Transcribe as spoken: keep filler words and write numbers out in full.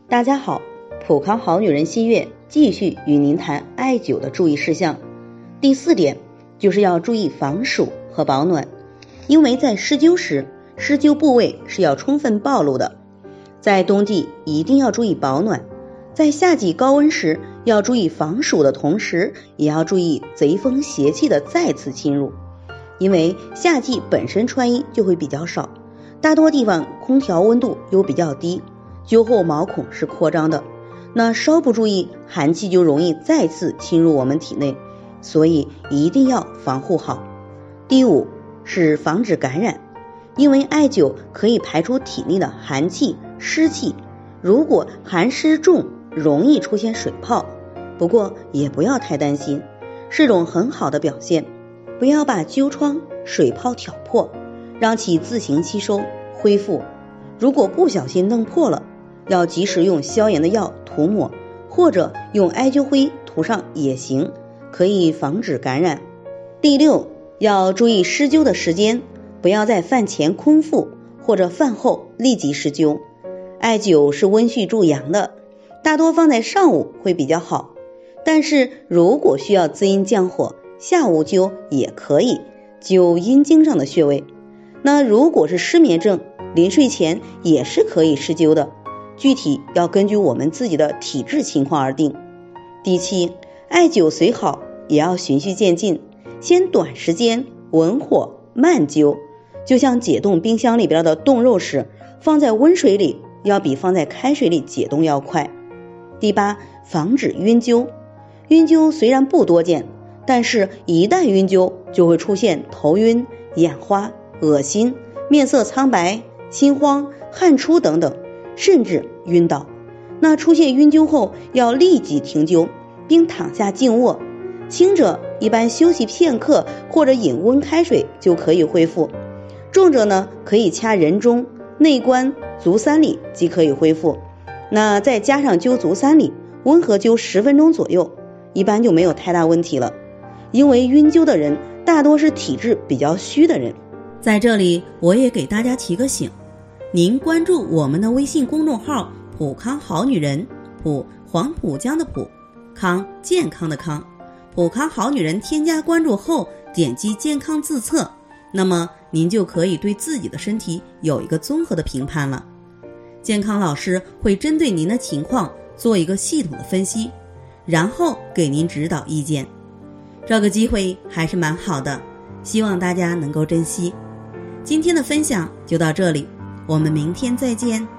大家好，普康好女人新月继续与您谈艾灸的注意事项。第四点就是要注意防暑和保暖，因为在施灸时，施灸部位是要充分暴露的。在冬季一定要注意保暖，在夏季高温时要注意防暑的同时，也要注意贼风邪气的再次侵入。因为夏季本身穿衣就会比较少，大多地方空调温度又比较低，灸后毛孔是扩张的，那稍不注意，寒气就容易再次侵入我们体内，所以一定要防护好。第五是防止感染，因为艾灸可以排出体内的寒气、湿气，如果寒湿重，容易出现水泡，不过也不要太担心，是种很好的表现。不要把灸疮、水泡挑破，让其自行吸收恢复。如果不小心弄破了，要及时用消炎的药涂抹，或者用艾灸灰涂上也行，可以防止感染。第六，要注意施灸的时间，不要在饭前空腹或者饭后立即施灸。艾灸是温煦助阳的，大多放在上午会比较好，但是如果需要滋阴降火，下午灸也可以，灸阴经上的穴位。那如果是失眠症，临睡前也是可以施灸的，具体要根据我们自己的体质情况而定。第七，艾灸虽好，也要循序渐进，先短时间文火慢灸，就像解冻冰箱里边的冻肉时，放在温水里要比放在开水里解冻要快。第八，防止晕灸。晕灸虽然不多见，但是一旦晕灸就会出现头晕、眼花、恶心、面色苍白、心慌、汗出等等，甚至晕倒。那出现晕灸后要立即停灸，并躺下静卧，轻者一般休息片刻或者饮温开水就可以恢复，重者呢可以掐人中、内关、足三里即可以恢复。那再加上灸足三里，温和灸十分钟左右，一般就没有太大问题了。因为晕灸的人大多是体质比较虚的人。 在这里我也给大家提个醒，您关注我们的微信公众号普康好女人，普黄浦江的普，康健康的康，普康好女人添加关注后点击健康自测，那么您就可以对自己的身体有一个综合的评判了。健康老师会针对您的情况做一个系统的分析，然后给您指导意见。这个机会还是蛮好的，希望大家能够珍惜。今天的分享就到这里，我们明天再见。